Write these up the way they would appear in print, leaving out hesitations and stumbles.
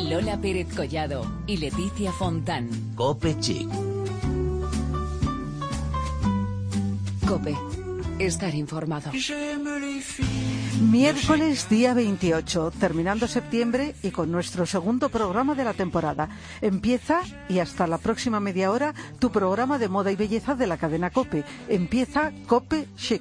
Lola Pérez Collado y Leticia Fontán. Cope Chic. Cope. Estar informado. Miércoles, día 28, terminando septiembre y con nuestro segundo programa de la temporada. Empieza, y hasta la próxima media hora, tu programa de moda y belleza de la cadena COPE. Empieza Cope Chic.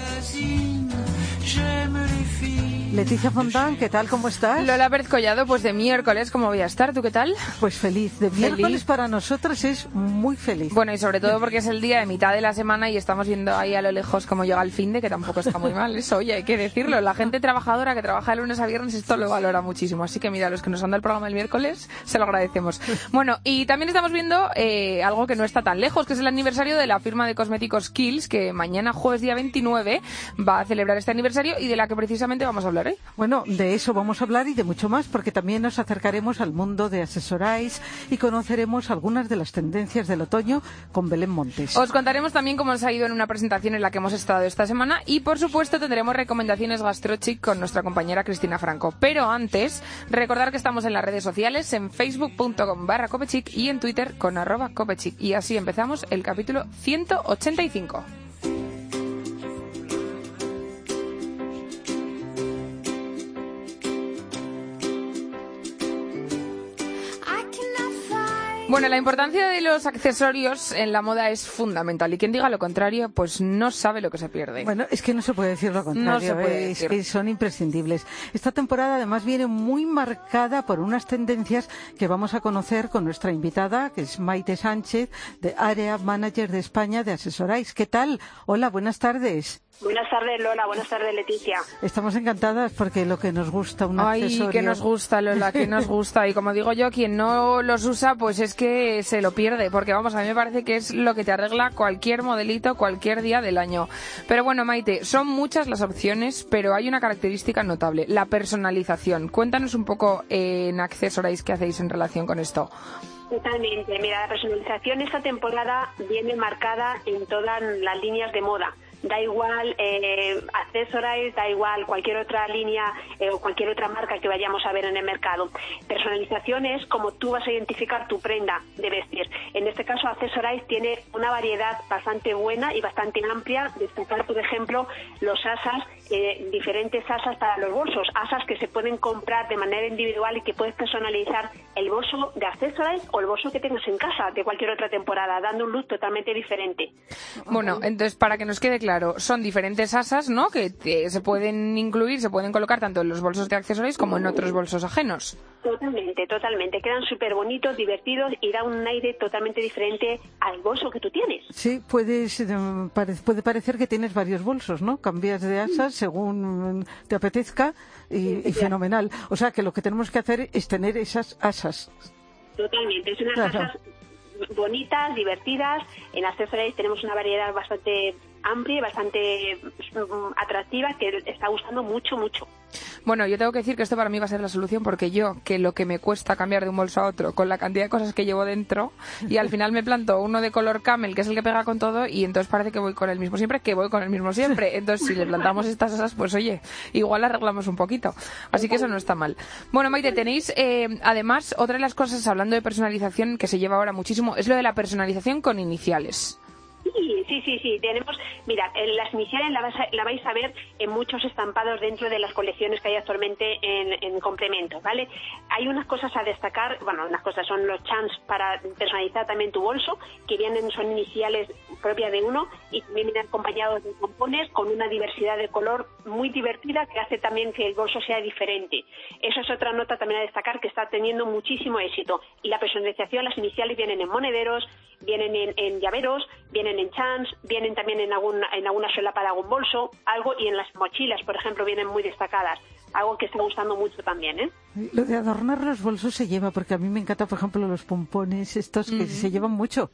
Leticia Fontán, ¿qué tal? ¿Cómo estás? Lola Pérez Collado, pues de miércoles, ¿cómo voy a estar? ¿Tú qué tal? Pues feliz. De miércoles para nosotras es muy feliz. Bueno, y sobre todo porque es el día de mitad de la semana y estamos viendo ahí a lo lejos cómo llega el finde, que tampoco está muy mal eso, oye, hay que decirlo. La gente trabajadora que trabaja de lunes a viernes esto lo valora muchísimo. Así que mira, los que nos han dado el programa el miércoles, se lo agradecemos. Bueno, y también estamos viendo algo que no está tan lejos, que es el aniversario de la firma de cosméticos Kiehl's, que mañana, jueves día 29, va a celebrar este aniversario y de la que precisamente vamos a hablar. Bueno, de eso vamos a hablar y de mucho más, porque también nos acercaremos al mundo de Accessorize y conoceremos algunas de las tendencias del otoño con Belén Montes. Os contaremos también cómo nos ha ido en una presentación en la que hemos estado esta semana y, por supuesto, tendremos recomendaciones gastrochic con nuestra compañera Cristina Franco. Pero antes, recordar que estamos en las redes sociales, en facebook.com/copechic y en Twitter con @copechic. Y así empezamos el capítulo 185. Bueno, la importancia de los accesorios en la moda es fundamental y quien diga lo contrario, pues no sabe lo que se pierde. Bueno, es que no se puede decir lo contrario, no se puede decir. Es que son imprescindibles. Esta temporada además viene muy marcada por unas tendencias que vamos a conocer con nuestra invitada, que es Maite Sánchez, de Area Manager de España de Accessorize. ¿Qué tal? Hola, buenas tardes. Buenas tardes, Lola. Buenas tardes, Leticia. Estamos encantadas porque lo que nos gusta, un accesorio... Ay, que nos gusta, Lola, que nos gusta. Y como digo yo, quien no los usa, pues es que se lo pierde. Porque, vamos, a mí me parece que es lo que te arregla cualquier modelito, cualquier día del año. Pero bueno, Maite, son muchas las opciones, pero hay una característica notable, la personalización. Cuéntanos un poco en Accessorize qué hacéis en relación con esto. Totalmente. Mira, la personalización esta temporada viene marcada en todas las líneas de moda. Da igual Accessorize, da igual cualquier otra línea o cualquier otra marca que vayamos a ver en el mercado. Personalización es como tú vas a identificar tu prenda de vestir. En este caso, Accessorize tiene una variedad bastante buena y bastante amplia. Destacar, por ejemplo, los asas, diferentes asas para los bolsos. Asas que se pueden comprar de manera individual y que puedes personalizar el bolso de Accessorize o el bolso que tengas en casa de cualquier otra temporada, dando un look totalmente diferente. Bueno, entonces, para que nos quede claro, son diferentes asas, ¿no?, que se pueden incluir, se pueden colocar tanto en los bolsos de accesorios como en otros bolsos ajenos. Totalmente, totalmente. Quedan súper bonitos, divertidos y da un aire totalmente diferente al bolso que tú tienes. Sí, puede parecer que tienes varios bolsos, ¿no? Cambias de asas según te apetezca y fenomenal. O sea, que lo que tenemos que hacer es tener esas asas. Totalmente. Es unas asas bonitas, divertidas. En Accessorize tenemos una variedad bastante amplia y bastante atractiva que está gustando mucho, mucho. Bueno, yo tengo que decir que esto para mí va a ser la solución porque yo, que lo que me cuesta cambiar de un bolso a otro con la cantidad de cosas que llevo dentro y al final me planto uno de color camel, que es el que pega con todo y entonces parece que voy con el mismo siempre, Entonces, si le plantamos estas asas, pues oye, igual arreglamos un poquito. Así que eso no está mal. Bueno, Maite, tenéis además otra de las cosas, hablando de personalización, que se lleva ahora muchísimo, es lo de la personalización con iniciales. Sí. Tenemos, mira, las iniciales la vais a ver en muchos estampados dentro de las colecciones que hay actualmente en complementos, ¿vale? Hay unas cosas a destacar, bueno, unas cosas son los chans para personalizar también tu bolso, que son iniciales propias de uno y también vienen acompañados de pompones con una diversidad de color muy divertida que hace también que el bolso sea diferente. Eso es otra nota también a destacar que está teniendo muchísimo éxito. Y la personalización, las iniciales vienen en monederos, vienen en llaveros, vienen en chans, vienen también en alguna solapa de algún bolso, algo, y en las mochilas, por ejemplo, vienen muy destacadas. Algo que está gustando mucho también, ¿eh? Lo de adornar los bolsos se lleva, porque a mí me encanta, por ejemplo, los pompones estos que se llevan mucho.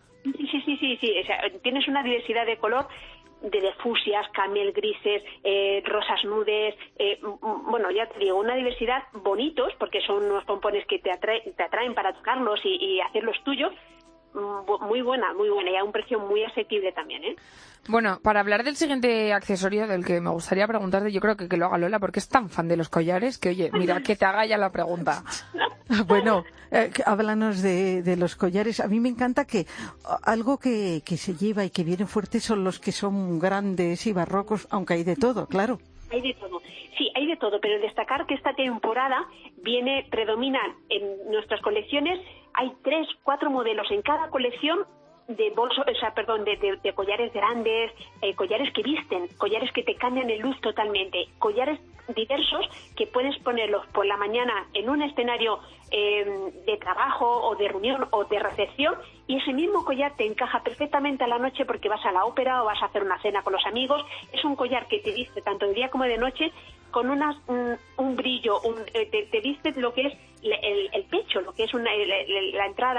Sí. O sea, tienes una diversidad de color de fucsias, camel, grises, rosas nudes, bueno, ya te digo, una diversidad bonitos, porque son unos pompones que te atraen para tocarlos y hacerlos tuyos, muy buena y a un precio muy asequible también, ¿eh? Bueno, para hablar del siguiente accesorio del que me gustaría preguntarte, yo creo que lo haga Lola, porque es tan fan de los collares que, oye, mira, que te haga ya la pregunta. Bueno, háblanos de los collares. A mí me encanta que algo que se lleva y que viene fuerte son los que son grandes y barrocos, aunque hay de todo, claro. Hay de todo. Sí, hay de todo, pero destacar que esta temporada predominan en nuestras colecciones, hay 3, 4 modelos en cada colección de de collares grandes, collares que visten, collares que te cambian el look totalmente, collares diversos que puedes ponerlos por la mañana en un escenario de trabajo o de reunión o de recepción, y ese mismo collar te encaja perfectamente a la noche porque vas a la ópera o vas a hacer una cena con los amigos. Es un collar que te viste tanto de día como de noche, con un brillo, te viste lo que es el pecho, lo que es la entrada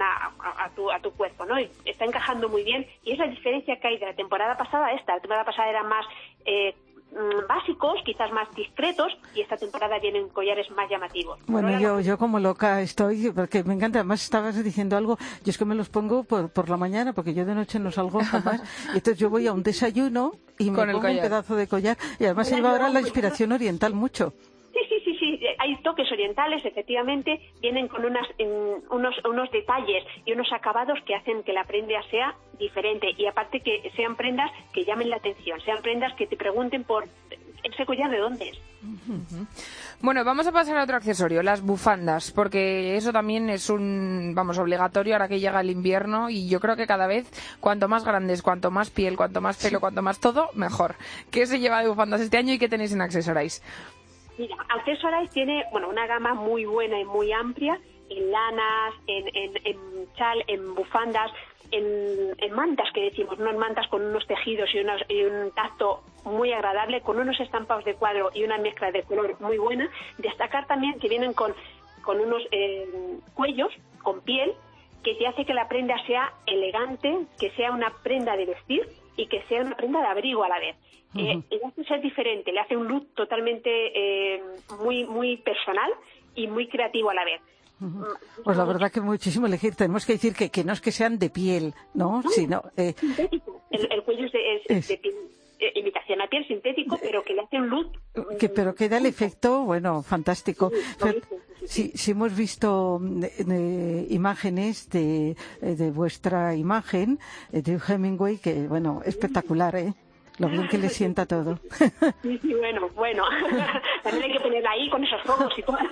a tu cuerpo, ¿no? Y está encajando muy bien, y es la diferencia que hay de la temporada pasada a esta. La temporada pasada eran más básicos, quizás más discretos, y esta temporada vienen collares más llamativos. Bueno, yo como loca estoy, porque me encanta. Además, estabas diciendo algo, yo es que me los pongo por la mañana, porque yo de noche no salgo jamás, y entonces yo voy a un desayuno y me pongo un pedazo de collar, y además se lleva ahora la inspiración oriental mucho. Sí, hay toques orientales, efectivamente, vienen con unos detalles y unos acabados que hacen que la prenda sea diferente, y aparte que sean prendas que llamen la atención, sean prendas que te pregunten por ese collar de dónde es. Bueno, vamos a pasar a otro accesorio, las bufandas, porque eso también es obligatorio ahora que llega el invierno, y yo creo que cada vez, cuanto más grandes, cuanto más piel, cuanto más pelo, cuanto más todo, mejor. ¿Qué se lleva de bufandas este año y qué tenéis en Accessorize? Mira, Accessorize tiene una gama muy buena y muy amplia en lanas, en chal, en bufandas, en mantas que decimos, ¿no? En mantas con unos tejidos y un tacto muy agradable, con unos estampados de cuadro y una mezcla de color muy buena. Destacar también que vienen con unos cuellos con piel, que te hace que la prenda sea elegante, que sea una prenda de vestir y que sea una prenda de abrigo a la vez. Le hace ser diferente, le hace un look totalmente muy, muy personal y muy creativo a la vez. Pues la verdad que muchísimo elegir. Tenemos que decir que no es que sean de piel, ¿no? Sino, sintético. El cuello es de piel, imitación a piel, sintético, pero que le hace un look. Pero que da el efecto, bueno, fantástico. Sí, hemos visto imágenes de vuestra imagen, de Hemingway, que, bueno, espectacular, ¿eh? Lo bien que le sienta todo. Sí, bueno. También hay que ponerla ahí con esos ojos y todo.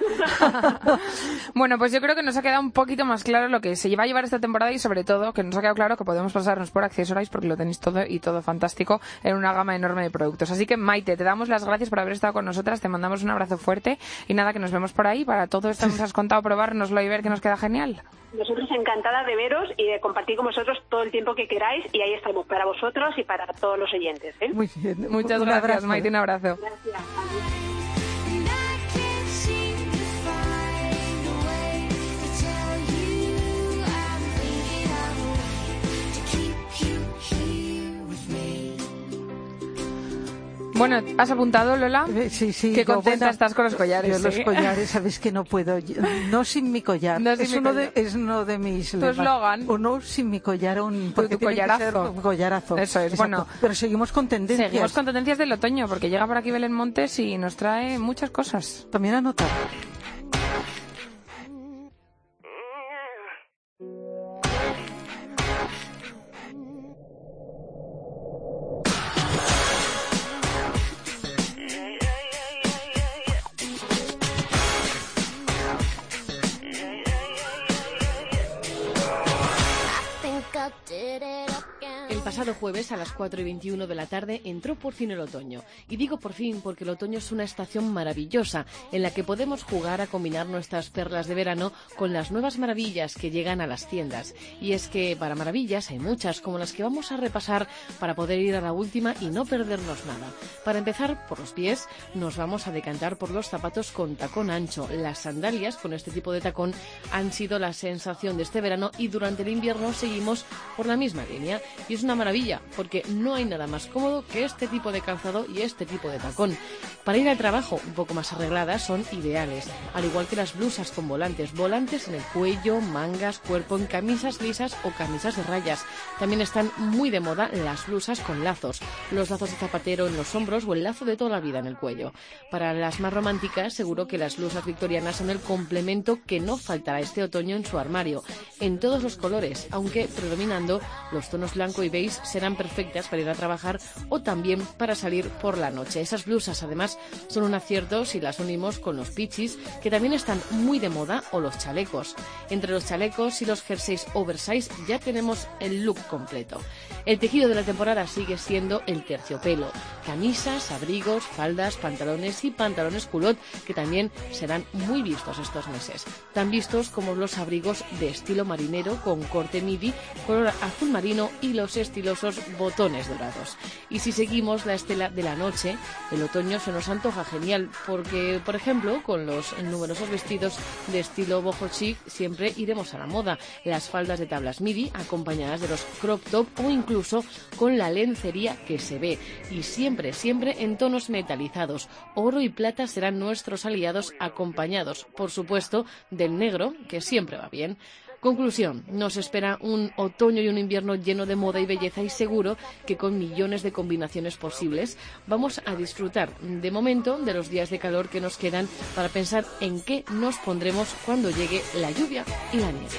Bueno, pues yo creo que nos ha quedado un poquito más claro lo que se va a llevar esta temporada, y sobre todo que nos ha quedado claro que podemos pasarnos por Accessorize porque lo tenéis todo y todo fantástico en una gama enorme de productos. Así que, Maite, te damos las gracias por haber estado con nosotras, te mandamos un abrazo fuerte y nada, que nos vemos por ahí. Para todo esto que nos has contado, probárnoslo y ver que nos queda genial. Nosotros encantada de veros y de compartir con vosotros todo el tiempo que queráis, y ahí estamos para vosotros y para todos los oyentes, ¿eh? Muy bien. Muchas gracias, Maite, un abrazo. Gracias. Bueno, ¿has apuntado, Lola? Sí. Qué contenta estás con los collares. Yo los collares, sabes que no puedo. No sin mi collar. Es uno de mis... Tu eslogan. Uno sin mi collar, porque tu collarazo. Un collarazo. Eso es, exacto. Bueno. Pero seguimos con tendencias. Seguimos con tendencias del otoño, porque llega por aquí Belén Montes y nos trae muchas cosas. También anotar. El pasado jueves a las 4:21 de la tarde entró por fin el otoño. Y digo por fin porque el otoño es una estación maravillosa en la que podemos jugar a combinar nuestras perlas de verano con las nuevas maravillas que llegan a las tiendas. Y es que para maravillas hay muchas, como las que vamos a repasar para poder ir a la última y no perdernos nada. Para empezar, por los pies, nos vamos a decantar por los zapatos con tacón ancho. Las sandalias con este tipo de tacón han sido la sensación de este verano, y durante el invierno seguimos por la misma línea. Y es una maravilla, porque no hay nada más cómodo que este tipo de calzado y este tipo de tacón. Para ir al trabajo un poco más arregladas son ideales, al igual que las blusas con volantes en el cuello, mangas, cuerpo, en camisas lisas o camisas de rayas. También están muy de moda las blusas con lazos, los lazos de zapatero en los hombros o el lazo de toda la vida en el cuello. Para las más románticas, seguro que las blusas victorianas son el complemento que no faltará este otoño en su armario, en todos los colores, aunque predominando los tonos blanco y beige serán perfectas para ir a trabajar o también para salir por la noche. Esas blusas, además, son un acierto si las unimos con los pichis, que también están muy de moda, o los chalecos. Entre los chalecos y los jerseys oversize ya tenemos el look completo. El tejido de la temporada sigue siendo el terciopelo. Camisas, abrigos, faldas, pantalones y pantalones culot, que también serán muy vistos estos meses. Tan vistos como los abrigos de estilo marinero con corte midi, color azul marino y los estilosos botones dorados. Y si seguimos la estela de la noche, el otoño se nos antoja genial porque, por ejemplo, con los numerosos vestidos de estilo boho chic siempre iremos a la moda. Las faldas de tablas midi acompañadas de los crop top o incluso con la lencería que se ve. Y siempre en tonos metalizados. Oro y plata serán nuestros aliados, acompañados, por supuesto, del negro, que siempre va bien. Conclusión, nos espera un otoño y un invierno lleno de moda y belleza, y seguro que con millones de combinaciones posibles vamos a disfrutar de momento de los días de calor que nos quedan para pensar en qué nos pondremos cuando llegue la lluvia y la nieve.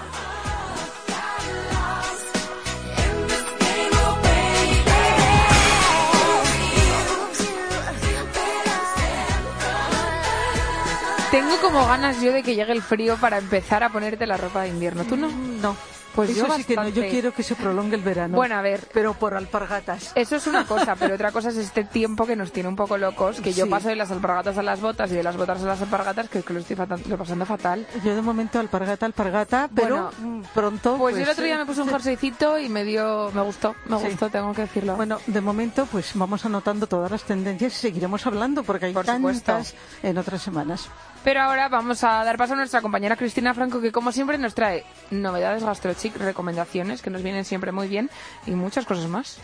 Tengo como ganas yo de que llegue el frío para empezar a ponerte la ropa de invierno. ¿Tú no? No. Pues eso yo sí bastante. que no, yo quiero que se prolongue el verano. Bueno, a ver. Pero por alpargatas. Eso es una cosa, pero otra cosa es este tiempo que nos tiene un poco locos, que yo paso de las alpargatas a las botas y de las botas a las alpargatas, que lo estoy pasando fatal. Yo de momento alpargata, pero bueno, pronto... Pues yo el otro día me puse un jerseycito y me gustó, tengo que decirlo. Bueno, de momento pues vamos anotando todas las tendencias y seguiremos hablando porque hay tantas en otras semanas. Pero ahora vamos a dar paso a nuestra compañera Cristina Franco, que como siempre nos trae novedades gastrochic, recomendaciones que nos vienen siempre muy bien y muchas cosas más.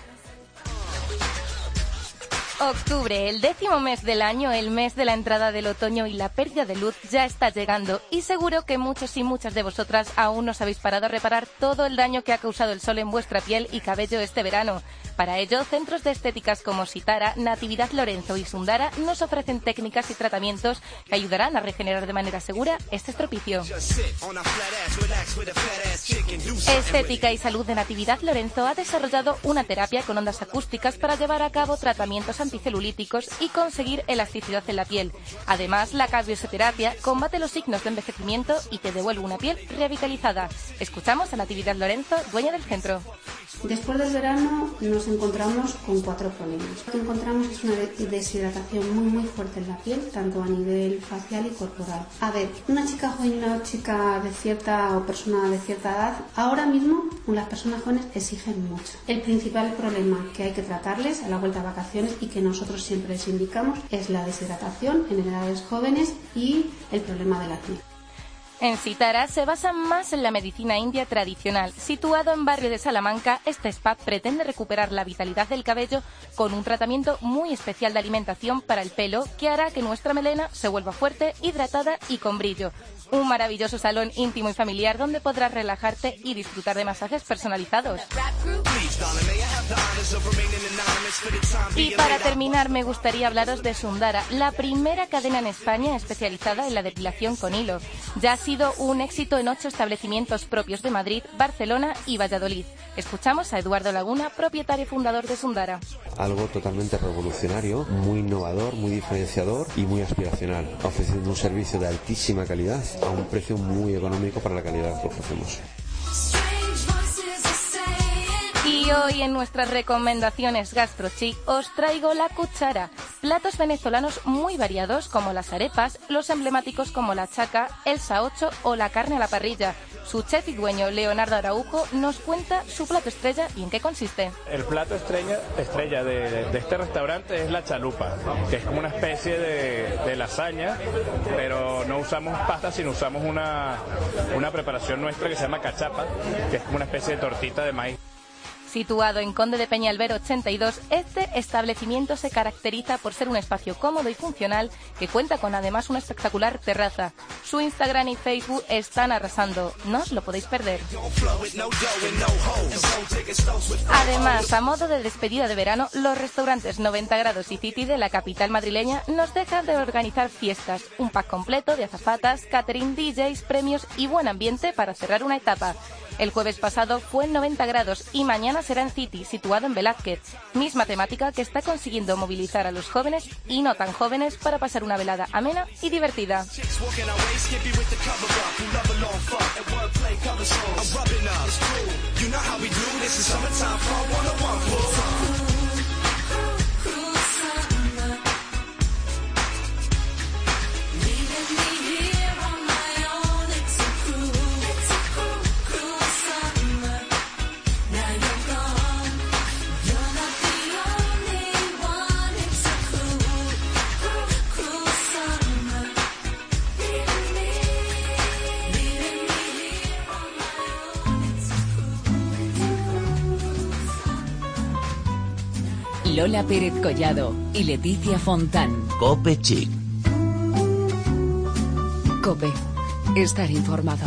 Octubre, el 10º mes del año, el mes de la entrada del otoño y la pérdida de luz ya está llegando, y seguro que muchos y muchas de vosotras aún no os habéis parado a reparar todo el daño que ha causado el sol en vuestra piel y cabello este verano. Para ello, centros de estéticas como Sitara, Natividad Lorenzo y Sundara nos ofrecen técnicas y tratamientos que ayudarán a regenerar de manera segura este estropicio. Estética y Salud de Natividad Lorenzo ha desarrollado una terapia con ondas acústicas para llevar a cabo tratamientos anticelulíticos y conseguir elasticidad en la piel. Además, la carbioterapia combate los signos de envejecimiento y te devuelve una piel revitalizada. Escuchamos a Natividad Lorenzo, dueña del centro. Después del verano nos encontramos con 4 problemas. Lo que encontramos es una deshidratación muy fuerte en la piel, tanto a nivel facial y corporal. A ver, una chica joven y una chica de cierta o persona de cierta edad, ahora mismo las personas jóvenes exigen mucho. El principal problema que hay que tratarles a la vuelta a vacaciones y que nosotros siempre les indicamos es la deshidratación en edades jóvenes y el problema de la piel. En Sitara se basa más en la medicina india tradicional. Situado en barrio de Salamanca, este spa pretende recuperar la vitalidad del cabello con un tratamiento muy especial de alimentación para el pelo que hará que nuestra melena se vuelva fuerte, hidratada y con brillo. Un maravilloso salón íntimo y familiar donde podrás relajarte y disfrutar de masajes personalizados. Y para terminar, me gustaría hablaros de Sundara, la primera cadena en España especializada en la depilación con hilo. Ya ha sido un éxito en 8 establecimientos propios de Madrid, Barcelona y Valladolid. Escuchamos a Eduardo Laguna, propietario y fundador de Sundara. Algo totalmente revolucionario, muy innovador, muy diferenciador y muy aspiracional, ofreciendo un servicio de altísima calidad a un precio muy económico para la calidad que ofrecemos. Y hoy en nuestras recomendaciones gastrochic os traigo la cuchara. Platos venezolanos muy variados como las arepas, los emblemáticos como la chaca, el saocho o la carne a la parrilla. Su chef y dueño, Leonardo Araujo, nos cuenta su plato estrella y en qué consiste. El plato estrella de este restaurante es la chalupa, que es como una especie de lasaña, pero no usamos pasta, sino usamos una preparación nuestra que se llama cachapa, que es como una especie de tortita de maíz. Situado en Conde de Peñalver 82, este establecimiento se caracteriza por ser un espacio cómodo y funcional que cuenta con además una espectacular terraza. Su Instagram y Facebook están arrasando, no os lo podéis perder. Además, a modo de despedida de verano, los restaurantes 90 grados y City de la capital madrileña nos dejan de organizar fiestas, un pack completo de azafatas, catering, DJs, premios y buen ambiente para cerrar una etapa. El jueves pasado fue en 90 grados y mañana será en City, situado en Velázquez. Misma temática que está consiguiendo movilizar a los jóvenes y no tan jóvenes para pasar una velada amena y divertida. Lola Pérez Collado y Leticia Fontán. Cope Chic. Cope. Estar informado.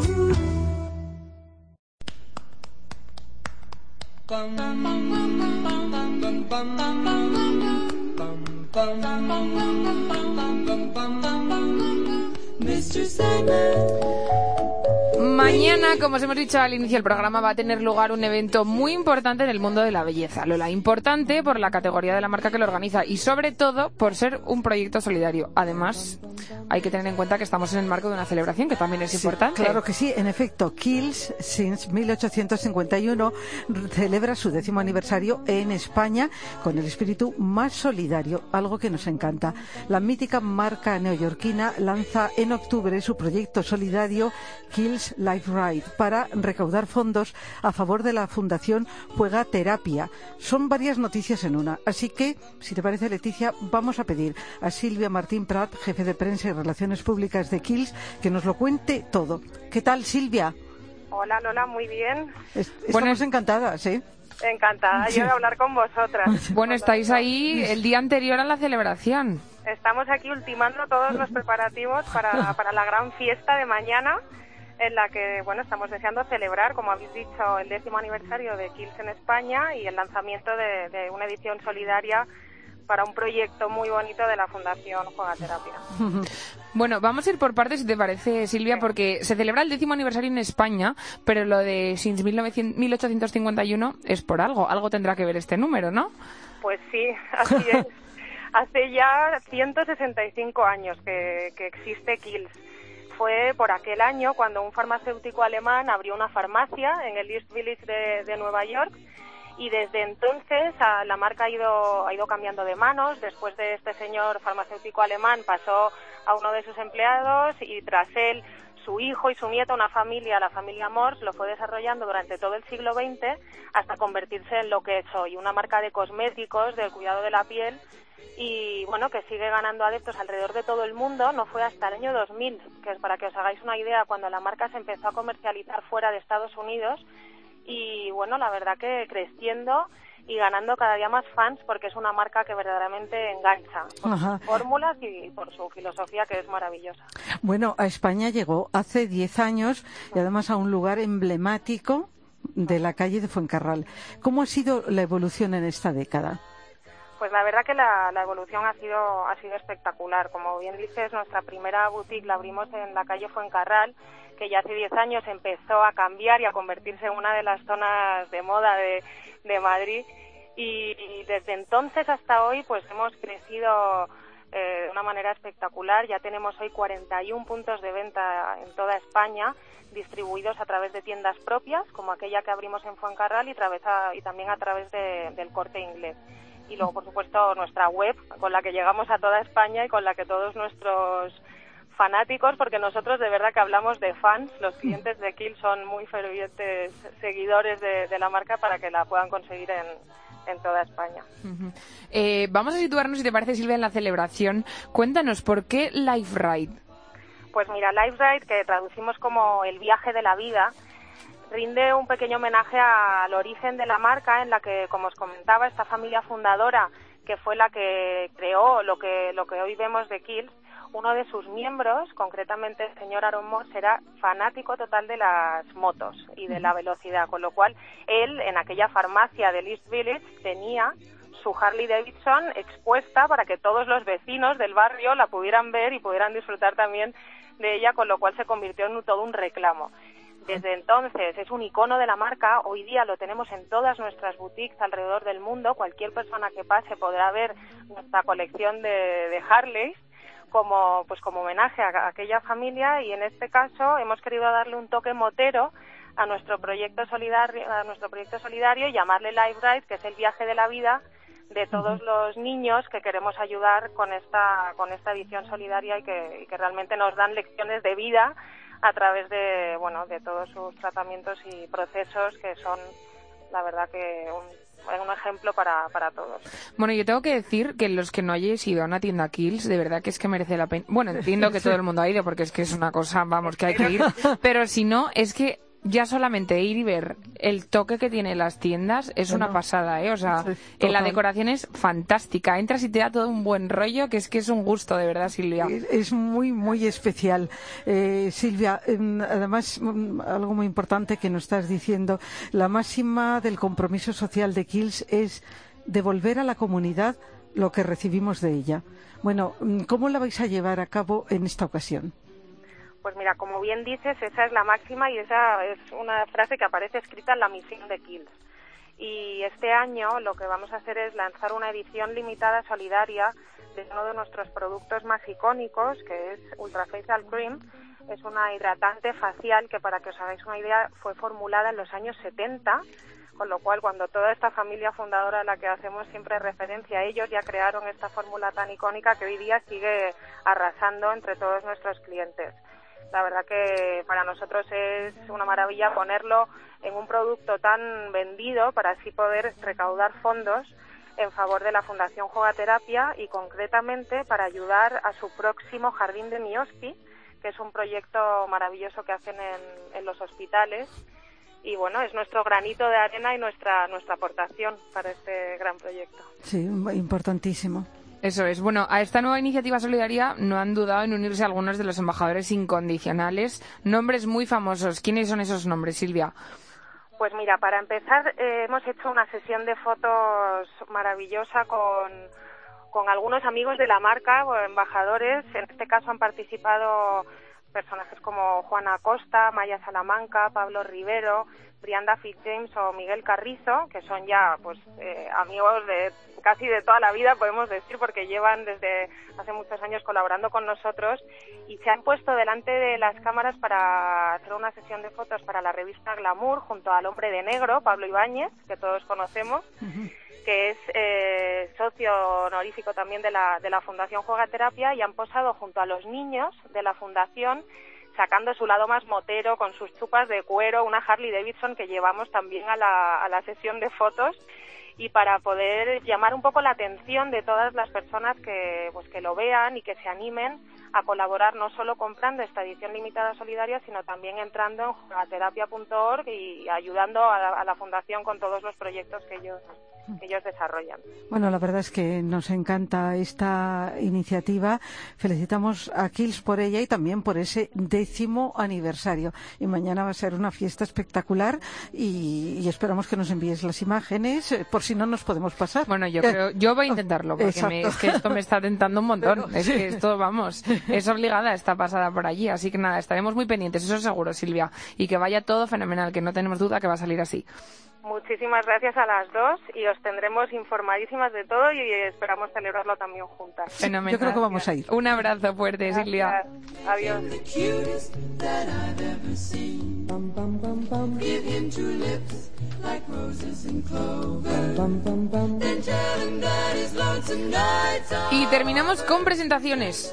Mañana, como os hemos dicho al inicio del programa, va a tener lugar un evento muy importante en el mundo de la belleza. Lola, importante por la categoría de la marca que lo organiza y sobre todo por ser un proyecto solidario. Además, hay que tener en cuenta que estamos en el marco de una celebración que también es importante. Claro que sí, en efecto, Kiehl's, since 1851, celebra su 10º aniversario en España con el espíritu más solidario, algo que nos encanta. La mítica marca neoyorquina lanza en octubre su proyecto solidario Kiehl's Life Ride para recaudar fondos a favor de la Fundación Juega Terapia. Son varias noticias en una, así que, si te parece, Leticia, vamos a pedir a Silvia Martín Prat, jefe de prensa y relaciones públicas de Kiehl's, que nos lo cuente todo. ¿Qué tal, Silvia? Hola, Lola, muy bien. Estamos encantadas, ¿eh? Encantada yo de hablar con vosotras. Bueno, estáis ahí el día anterior a la celebración. Estamos aquí ultimando todos los preparativos para la gran fiesta de mañana, en la que, bueno, estamos deseando celebrar, como habéis dicho, el 10º aniversario de Kiehl's en España y el lanzamiento de una edición solidaria para un proyecto muy bonito de la Fundación Juega Terapia. Bueno, vamos a ir por partes, si te parece, Silvia, porque se celebra el 10º aniversario en España, pero lo de since 1851 es por algo. Algo tendrá que ver este número, ¿no? Pues sí, así es. Hace ya 165 años que existe Kiehl's. Fue por aquel año cuando un farmacéutico alemán abrió una farmacia en el East Village de Nueva York, y desde entonces la marca ha ido cambiando de manos. Después de este señor farmacéutico alemán pasó a uno de sus empleados y tras él su hijo y su nieto, una familia, la familia Morse, lo fue desarrollando durante todo el siglo XX hasta convertirse en lo que es hoy, una marca de cosméticos, del cuidado de la piel, y bueno, que sigue ganando adeptos alrededor de todo el mundo. No fue hasta el año 2000, que es para que os hagáis una idea, cuando la marca se empezó a comercializar fuera de Estados Unidos, y bueno, la verdad que creciendo y ganando cada día más fans, porque es una marca que verdaderamente engancha por sus fórmulas y por su filosofía, que es maravillosa. Bueno, a España llegó hace 10 años y además a un lugar emblemático de la calle de Fuencarral. ¿Cómo ha sido la evolución en esta década? Pues la verdad que la evolución ha sido espectacular. Como bien dices, nuestra primera boutique la abrimos en la calle Fuencarral, que ya hace 10 años empezó a cambiar y a convertirse en una de las zonas de moda de Madrid, y desde entonces hasta hoy pues hemos crecido de una manera espectacular. Ya tenemos hoy 41 puntos de venta en toda España, distribuidos a través de tiendas propias, como aquella que abrimos en Fuencarral, y también a través del Corte Inglés. Y luego, por supuesto, nuestra web, con la que llegamos a toda España y con la que todos nuestros fanáticos, porque nosotros de verdad que hablamos de fans, los clientes de Kiehl's son muy fervientes seguidores de la marca, para que la puedan conseguir en toda España. Vamos a situarnos, si te parece, Silvia, en la celebración. Cuéntanos, ¿por qué Life Ride? Pues mira, Life Ride, que traducimos como el viaje de la vida, rinde un pequeño homenaje al origen de la marca, en la que, como os comentaba, esta familia fundadora, que fue la que creó lo que hoy vemos de Kills, uno de sus miembros, concretamente el señor Aaron Morse, era fanático total de las motos y de la velocidad, con lo cual él, en aquella farmacia de East Village, tenía su Harley Davidson expuesta para que todos los vecinos del barrio la pudieran ver y pudieran disfrutar también de ella, con lo cual se convirtió en todo un reclamo. Desde entonces es un icono de la marca. Hoy día lo tenemos en todas nuestras boutiques alrededor del mundo. Cualquier persona que pase podrá ver nuestra colección de Harleys como homenaje a aquella familia, y en este caso hemos querido darle un toque motero a nuestro proyecto solidario y llamarle Life Ride, que es el viaje de la vida de todos los niños que queremos ayudar con esta edición solidaria y que realmente nos dan lecciones de vida a través de todos sus tratamientos y procesos, que son, la verdad, que un ejemplo para todos. Bueno, yo tengo que decir que los que no hayáis ido a una tienda Kills, de verdad que es que merece la pena. Bueno, entiendo que todo el mundo ha ido, porque es que es una cosa, vamos, que hay que ir. Pero si no, es que ya solamente ir y ver el toque que tiene las tiendas es una pasada, ¿eh? O sea, la decoración es fantástica. Entras y te da todo un buen rollo, que es un gusto, de verdad, Silvia. Es muy, muy especial. Silvia, además, algo muy importante que nos estás diciendo, la máxima del compromiso social de Kills es devolver a la comunidad lo que recibimos de ella. Bueno, ¿cómo la vais a llevar a cabo en esta ocasión? Pues mira, como bien dices, esa es la máxima y esa es una frase que aparece escrita en la misión de Kills. Y este año lo que vamos a hacer es lanzar una edición limitada solidaria de uno de nuestros productos más icónicos, que es Ultra Facial Cream. Es una hidratante facial que, para que os hagáis una idea, fue formulada en los años 70, con lo cual cuando toda esta familia fundadora a la que hacemos siempre referencia a ellos, ya crearon esta fórmula tan icónica que hoy día sigue arrasando entre todos nuestros clientes. La verdad que para nosotros es una maravilla ponerlo en un producto tan vendido para así poder recaudar fondos en favor de la Fundación Jugaterapia y concretamente para ayudar a su próximo Jardín de Mioski, que es un proyecto maravilloso que hacen en los hospitales. Y bueno, es nuestro granito de arena y nuestra aportación para este gran proyecto. Sí, importantísimo. Eso es. Bueno, a esta nueva iniciativa solidaria no han dudado en unirse algunos de los embajadores incondicionales, nombres muy famosos. ¿Quiénes son esos nombres, Silvia? Pues mira, para empezar, hemos hecho una sesión de fotos maravillosa con algunos amigos de la marca o embajadores. En este caso han participado personajes como Juana Acosta, Maya Salamanca, Pablo Rivero, Brianda Fitzjames o Miguel Carrizo, que son ya amigos de casi de toda la vida, podemos decir, porque llevan desde hace muchos años colaborando con nosotros y se han puesto delante de las cámaras para hacer una sesión de fotos para la revista Glamour junto al hombre de negro, Pablo Ibáñez, que todos conocemos, que es socio honorífico también de la Fundación Jugaterapia, y han posado junto a los niños de la Fundación, sacando su lado más motero con sus chupas de cuero, una Harley Davidson que llevamos también a la sesión de fotos, y para poder llamar un poco la atención de todas las personas que lo vean y que se animen a colaborar, no solo comprando esta edición limitada solidaria, sino también entrando en jugaterapia.org y ayudando a la Fundación con todos los proyectos que ellos desarrollan. Bueno, la verdad es que nos encanta esta iniciativa. Felicitamos a Kills por ella y también por ese 10º aniversario. Y mañana va a ser una fiesta espectacular y esperamos que nos envíes las imágenes, por si no nos podemos pasar. Bueno, yo voy a intentarlo, porque es que esto me está tentando un montón. Es que esto, vamos, es obligada esta pasada por allí. Así que nada, estaremos muy pendientes, eso seguro, Silvia. Y que vaya todo fenomenal, que no tenemos duda que va a salir así. Muchísimas gracias a las dos y os tendremos informadísimas de todo y esperamos celebrarlo también juntas. Fenomenal. Yo creo que vamos a ir. Un abrazo fuerte, gracias. Silvia. Adiós. Y terminamos con presentaciones.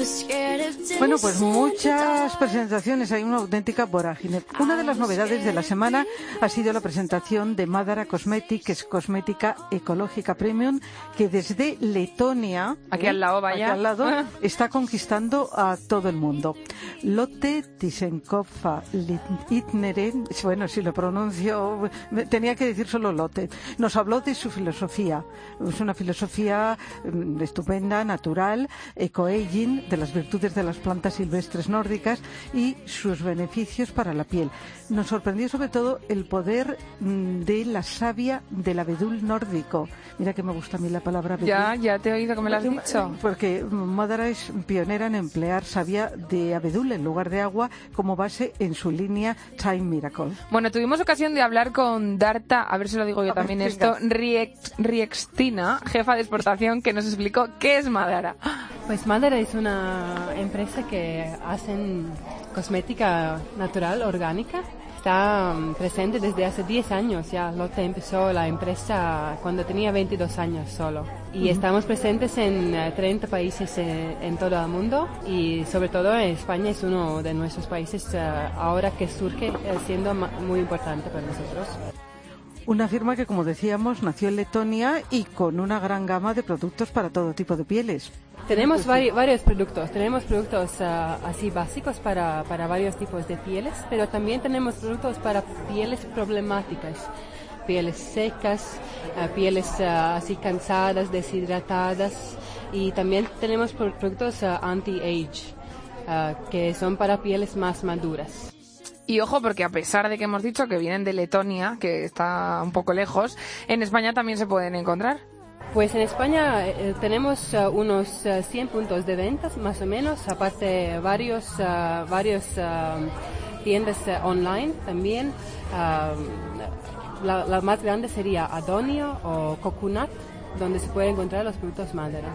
Bueno, pues muchas presentaciones, hay una auténtica vorágine. Una de las novedades de la semana ha sido la presentación de Madara Cosmetics, que es cosmética ecológica premium, que desde Letonia, aquí al lado, vaya, aquí al lado, está conquistando a todo el mundo. Lotte Tisenkova Itneren, bueno, si lo pronuncio, tenía que decir solo Lotte, nos habló de su filosofía. Es una filosofía estupenda, natural, eco-aging, de las virtudes de las plantas silvestres nórdicas y sus beneficios para la piel. Nos sorprendió sobre todo el poder de la savia del abedul nórdico. Mira que me gusta a mí la palabra abedul. Ya te he oído que me lo has dicho. Porque Madara es pionera en emplear savia de abedul en lugar de agua como base en su línea Time Miracle. Bueno, tuvimos ocasión de hablar con Darta, a ver si lo digo yo también esto, Riextina, jefa de exportación, que nos explicó qué es Madara. Pues Madara es una empresa que hacen cosmética natural, orgánica. Está presente desde hace 10 años ya. Lotte empezó la empresa cuando tenía 22 años solo. Y estamos presentes en 30 países en todo el mundo y sobre todo España es uno de nuestros países ahora que surge siendo muy importante para nosotros. Una firma que, como decíamos, nació en Letonia y con una gran gama de productos para todo tipo de pieles. Tenemos varios productos. Tenemos productos así básicos para varios tipos de pieles, pero también tenemos productos para pieles problemáticas. Pieles secas, pieles así cansadas, deshidratadas, y también tenemos productos anti-age, que son para pieles más maduras. Y ojo, porque a pesar de que hemos dicho que vienen de Letonia, que está un poco lejos, en España también se pueden encontrar. Pues en España tenemos unos 100 puntos de ventas, más o menos, aparte varios tiendas online también. La más grande sería Adonio o Coconut, donde se pueden encontrar los productos Madara.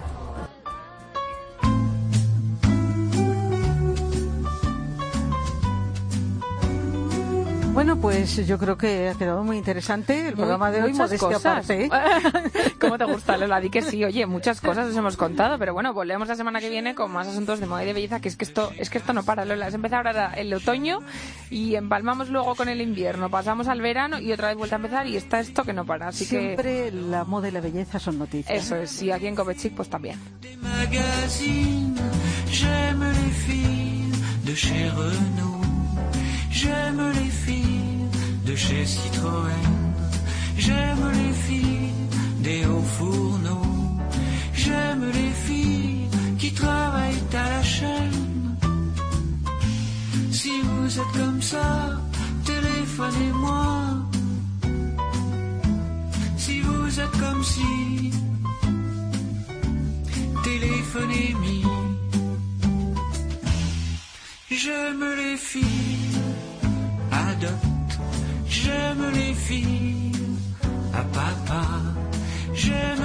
Bueno, pues yo creo que ha quedado muy interesante el programa de hoy. Muchas cosas. ¿Cómo te gusta, Lola? Di que sí. Oye, muchas cosas os hemos contado, pero bueno, volvemos la semana que viene con más asuntos de moda y de belleza, que es que esto no para, Lola. Es empezar ahora el otoño y empalmamos luego con el invierno, pasamos al verano y otra vez vuelta a empezar y está esto que no para. Así siempre la moda y la belleza son noticias. Eso es, y aquí en Copechic pues también. J'aime les filles de chez Citroën, j'aime les filles des hauts fourneaux, j'aime les filles qui travaillent à la chaîne. Si vous êtes comme ça, téléphonez-moi. Si vous êtes comme si, téléphonez-moi. J'aime les filles adopte, j'aime les filles à papa, j'aime